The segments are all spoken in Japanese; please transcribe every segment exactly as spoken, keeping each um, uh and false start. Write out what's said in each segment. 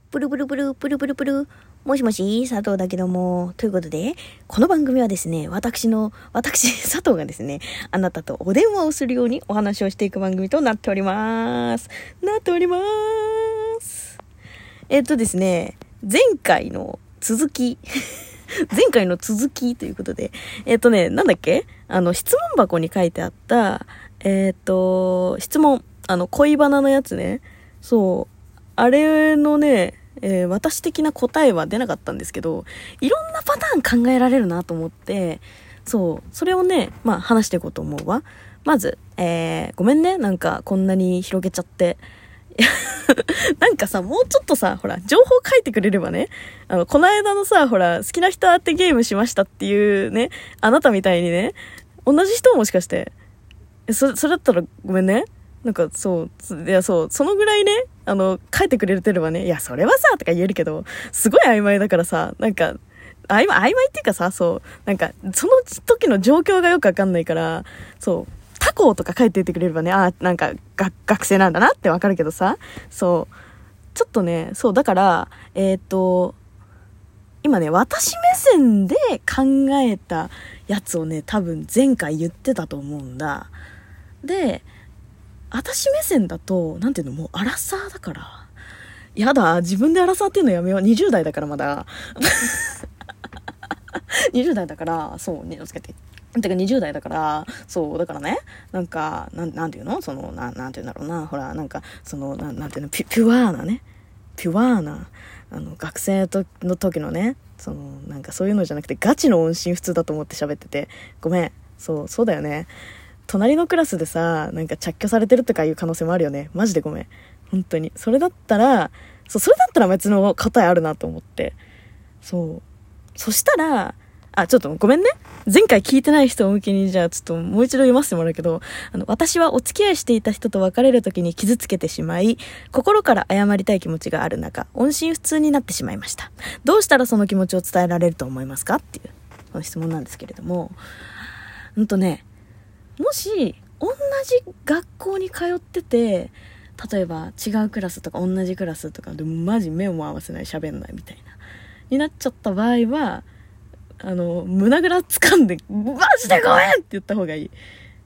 ブルブルブルブルブルブル。もしもし、佐藤だけども。ということで、この番組はですね、私の、私、佐藤がですね、あなたとお電話をするようにお話をしていく番組となっております。なっております。えっとですね、前回の続き、前回の続きということで、えっとね、なんだっけあの、質問箱に書いてあった、えっと、質問、あの、恋バナのやつね。そう。あれのね、えー、私的な答えは出なかったんですけど、いろんなパターン考えられるなと思って、そう、それをね、まあ話していこうと思うわ。まず、えー、ごめんね、なんかこんなに広げちゃって。なんかさ、もうちょっとさ、ほら、情報書いてくれればね、あの、この間のさ、ほら、好きな人会ってゲームしましたっていうね、あなたみたいにね、同じ人もしかして、そ、それだったらごめんね。なんかそう、いやそう、そのぐらいね、あの、書いてくれてればね、いや、それはさ、とか言えるけど、すごい曖昧だからさ、なんか、曖昧、曖昧っていうかさ、そう、なんか、その時の状況がよくわかんないから、そう、他校とか書いてってくれればね、あ、なんか、が、学生なんだなってわかるけどさ、そう、ちょっとね、そう、だから、えっと、今ね、私目線で考えたやつをね、多分前回言ってたと思うんだ。で、私目線だと、なんていうの、もうアラサーだから。やだ、自分でアラサーっていうのやめよう。にじゅう代だからまだ。にじゅう代だから、そう、につけて。てかにじゅう代だから、そう、だからね、なんか、なん、なんていうのその、ななんていうんだろうな。ほら、なんか、その、ななんていうの、ピュ、ピュアーなね。ピュアーな、あの、学生の時のね、その、なんかそういうのじゃなくて、ガチの音信不通だと思って喋ってて、ごめん。そう、そうだよね。隣のクラスでさ、なんか着去されてるとかいう可能性もあるよね。マジでごめん。本当に。それだったら、そう、それだったら別の答えあるなと思って。そう。そしたら、あ、ちょっとごめんね。前回聞いてない人を向けに、じゃあちょっともう一度読ませてもらうけど、あの、私はお付き合いしていた人と別れる時に傷つけてしまい、心から謝りたい気持ちがある中、音信不通になってしまいました。どうしたらその気持ちを伝えられると思いますかっていう、その質問なんですけれども、うんとね、もし同じ学校に通ってて、例えば違うクラスとか同じクラスとかでもマジ目も合わせない喋んないみたいなになっちゃった場合は、あの胸ぐら掴んでマジでごめんって言った方がいい。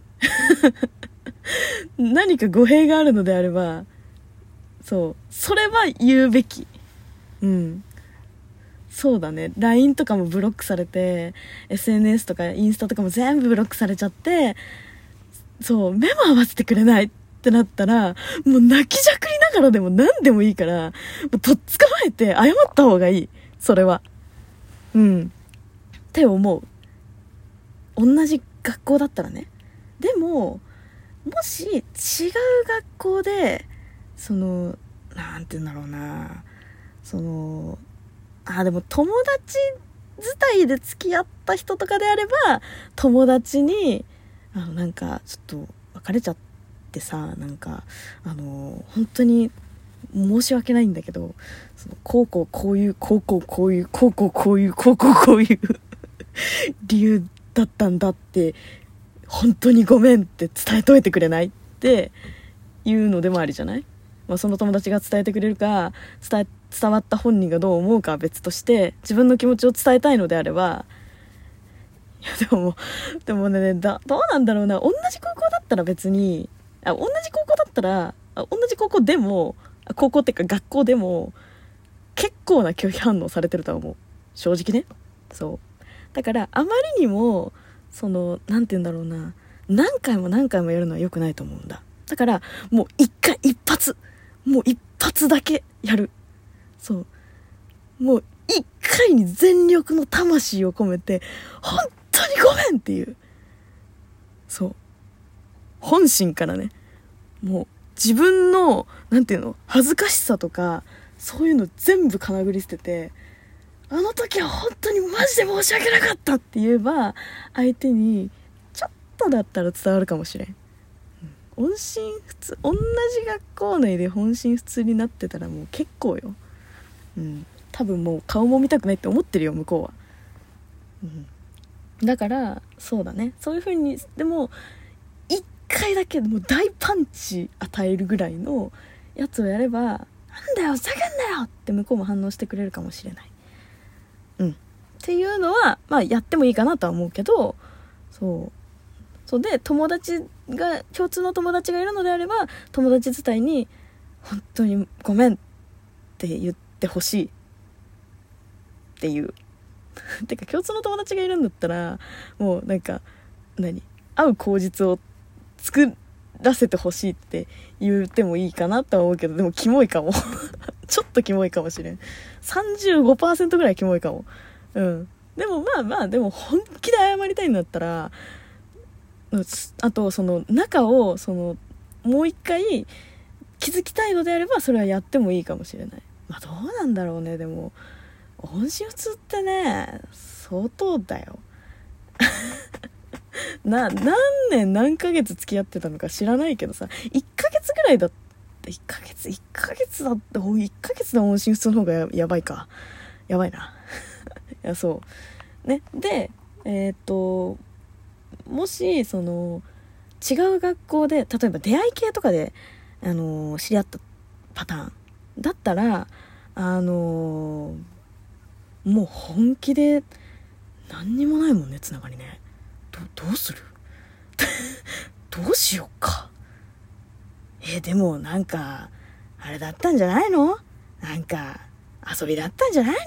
何か語弊があるのであれば、そうそれは言うべき。うんそうだね。 ライン とかもブロックされて、 エスエヌエス とかインスタとかも全部ブロックされちゃって、そう目も合わせてくれないってなったら、もう泣きじゃくりながらでも何でもいいから、もうとっ捕まえて謝った方がいい。それはうんって思う。同じ学校だったらね。でももし違う学校で、そのなんて言うんだろうな、そのあでも友達伝いで付き合った人とかであれば、友達にあのなんかちょっと別れちゃってさ、なんかあの本当に申し訳ないんだけど、その高校こういう高校こういう高校こういう高校こういう理由だったんだって、本当にごめんって伝えといてくれないっていうのでもありじゃない？まあ、その友達が伝えてくれるか、伝え伝わった本人がどう思うかは別として、自分の気持ちを伝えたいのであれば、いやでもでもねだどうなんだろうな。同じ高校だったら別に、あ同じ高校だったらあ同じ高校でも高校っていうか学校でも結構な拒否反応されてるとは思う、正直ね。そうだからあまりにもそのなんて言うんだろうな、何回も何回もやるのは良くないと思うんだ。だからもう一回一発、もう一発だけやる。そうもう一回に全力の魂を込めて本当にごめんっていう、そう本心からね、もう自分のなんていうの、恥ずかしさとかそういうの全部かなぐり捨てて、あの時は本当にマジで申し訳なかったって言えば、相手にちょっとだったら伝わるかもしれん。音信不通、同じ学校内で本心不通になってたらもう結構よ。うん多分もう顔も見たくないって思ってるよ向こうは。うんだからそうだね、そういう風にでも一回だけもう大パンチ与えるぐらいのやつをやれば、 なんだよふざけんなよって向こうも反応してくれるかもしれない。うんっていうのはまあやってもいいかなとは思うけど、そうそうで友達が共通の友達がいるのであれば友達自体に本当にごめんって言ってほしいっていうてか共通の友達がいるんだったらもうなんか何会う口実を作らせてほしいって言ってもいいかなとは思うけど、でもキモいかもちょっとキモいかもしれん。 さんじゅうごパーセント ぐらいキモいかも。うんでもまあまあでも本気で謝りたいんだったら、あとその仲をそのもう一回気づきたいのであればそれはやってもいいかもしれない。まあどうなんだろうね。でも音信不通ってね相当だよな何年何ヶ月付き合ってたのか知らないけどさ、いっかげつぐらいだっていっかげついっかげつだっていっかげつの音信不通の方が や, やばいかやばいないやそうね。でえー、っともしその違う学校で例えば出会い系とかで、あのー、知り合ったパターンだったらあのー、もう本気で何にもないもんねつながりね。ど, どうするどうしようか。えでもなんかあれだったんじゃないの、なんか遊びだったんじゃないの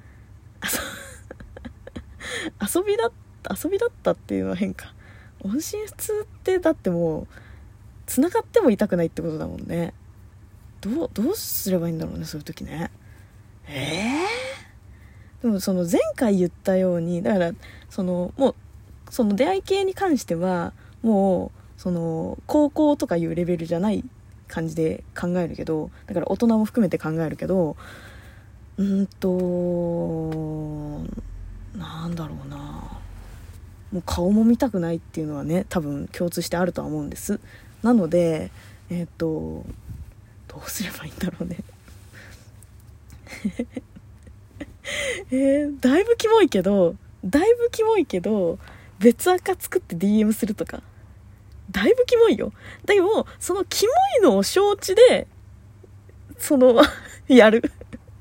遊びだった遊びだったっていうのは変か。音信不通ってだってもう繋がっても痛くないってことだもんね。どうどうすればいいんだろうねそういう時ね。えー、でもその前回言ったようにだからそのもうその出会い系に関してはもうその高校とかいうレベルじゃない感じで考えるけど、だから大人も含めて考えるけど、うーんとなんだろうな、もう顔も見たくないっていうのはね多分共通してあるとは思うんです。なのでえっとどうすればいいんだろうねえー、だいぶキモいけどだいぶキモいけど別アカ作って ディーエム するとかだいぶキモいよ。でもそのキモいのを承知でそのやる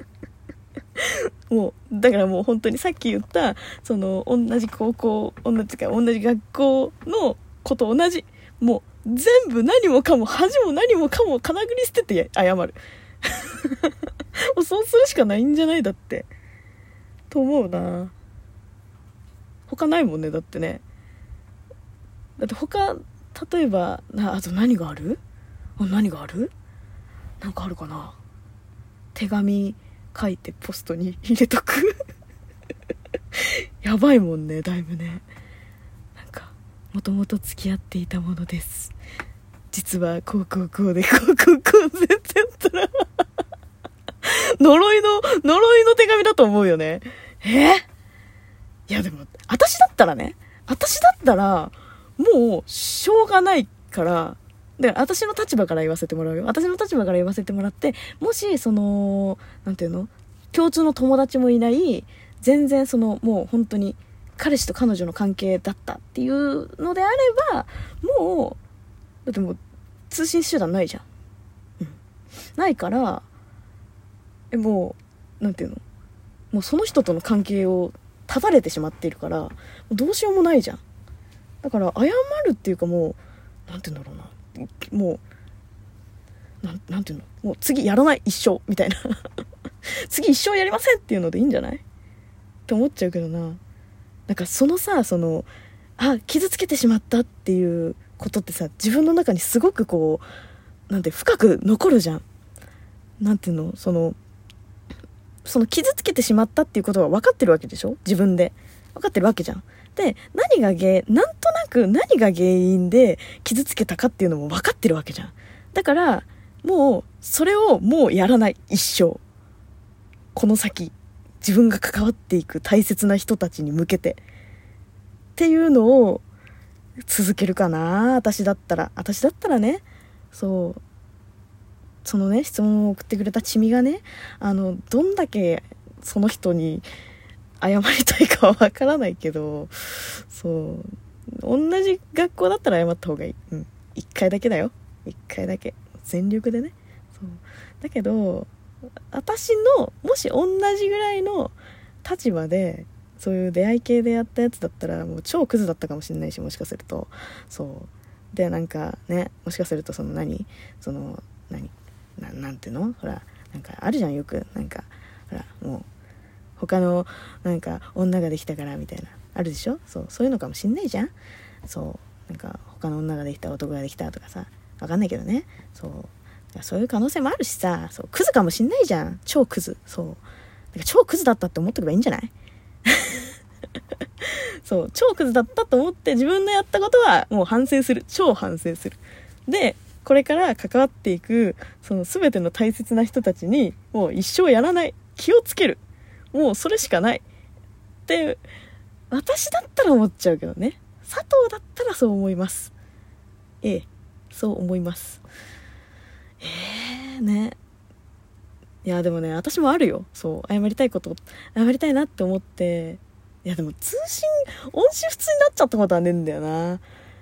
もうだからもう本当にさっき言ったその同じ高校同じか同じ学校のこと同じ、もう全部何もかも恥も何もかも金繰り捨てて謝るもうそうするしかないんじゃないだってと思うな。他ないもんねだってね。だって他例えばなあと何があるあ何があるなんかあるかな。手紙書いてポストに入れとくやばいもんねだいぶね。なんかもともと付き合っていたものです、実はこうこうこうでこうこうこうでってやったら呪いの呪いの手紙だと思うよね。えいやでも私だったらね私だったらもうしょうがないからだから私の立場から言わせてもらうよ。私の立場から言わせてもらって、もしそのなんていうの共通の友達もいない全然そのもう本当に彼氏と彼女の関係だったっていうのであればもうだってもう通信手段ないじゃん、うん、ないからえもうなんていうのもうその人との関係を断たれてしまっているからどうしようもないじゃん。だから謝るっていうかもうなんていうんだろうなもうな ん, なんていうのもう次やらない一生みたいな次一生やりませんっていうのでいいんじゃないって思っちゃうけどな。なんかそのさそのあ傷つけてしまったっていうことってさ自分の中にすごくこうなんて深く残るじゃん。なんていうのそのその傷つけてしまったっていうことが分かってるわけでしょ自分で分かってるわけじゃん。で何が原なんとなく何が原因で傷つけたかっていうのも分かってるわけじゃん。だからもうそれをもうやらない一生この先自分が関わっていく大切な人たちに向けてっていうのを続けるかな。私だったら私だったらねそうそのね質問を送ってくれたチミがねあのどんだけその人に謝りたいかはわからないけどそう同じ学校だったら謝った方がいい。うん一回だけだよ一回だけ全力でね。そうだけど私のもし同じぐらいの立場でそういう出会い系でやったやつだったらもう超クズだったかもしれないし、もしかするとそうでなんかね、もしかするとその何その何 な, なんていうのほらなんかあるじゃん、よくなんかほらもう他のなんか女ができたからみたいなあるでしょ。そうそういうのかもしんないじゃん。そうなんか他の女ができた男ができたとかさ、わかんないけどね。そうそういう可能性もあるしさ、そうクズかもしんないじゃん。超クズ。そうだから超クズだったって思っとけばいいんじゃないそう超クズだったと思って自分のやったことはもう反省する。超反省する。でこれから関わっていくその全ての大切な人たちにもう一生やらない、気をつける、もうそれしかないって私だったら思っちゃうけどね。佐藤だったらそう思います。ええそう思います。ええー、ね。いやでもね私もあるよ。そう謝りたいこと謝りたいなって思って、いやでも通信音信不通になっちゃったことはねえんだよな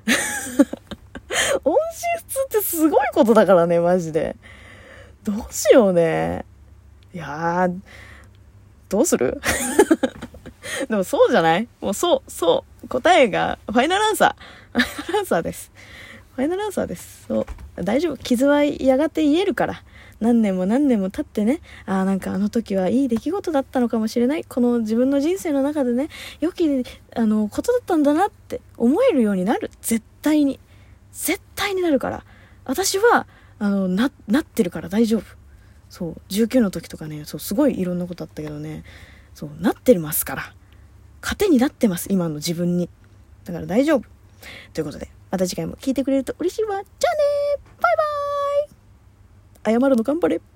音信不通ってすごいことだからね、マジで。どうしようね。いやーどうするでもそうじゃない？もうそうそう答えがファイナルアンサーファイナルアンサーですファイナルアンサーです。そう大丈夫、傷はやがて癒えるから。何年も何年も経ってね、あーなんかあの時はいい出来事だったのかもしれない、この自分の人生の中でね良きあのことだったんだなって思えるようになる。絶対に絶対になるから。私はあの な, なってるから大丈夫。そうじゅうきゅうの時とかね、そうすごいいろんなことあったけどね、そうなってますから、糧になってます今の自分に。だから大丈夫ということで、また次回も聞いてくれると嬉しいわ。じゃあね、バイバーイ。謝るの頑張れ。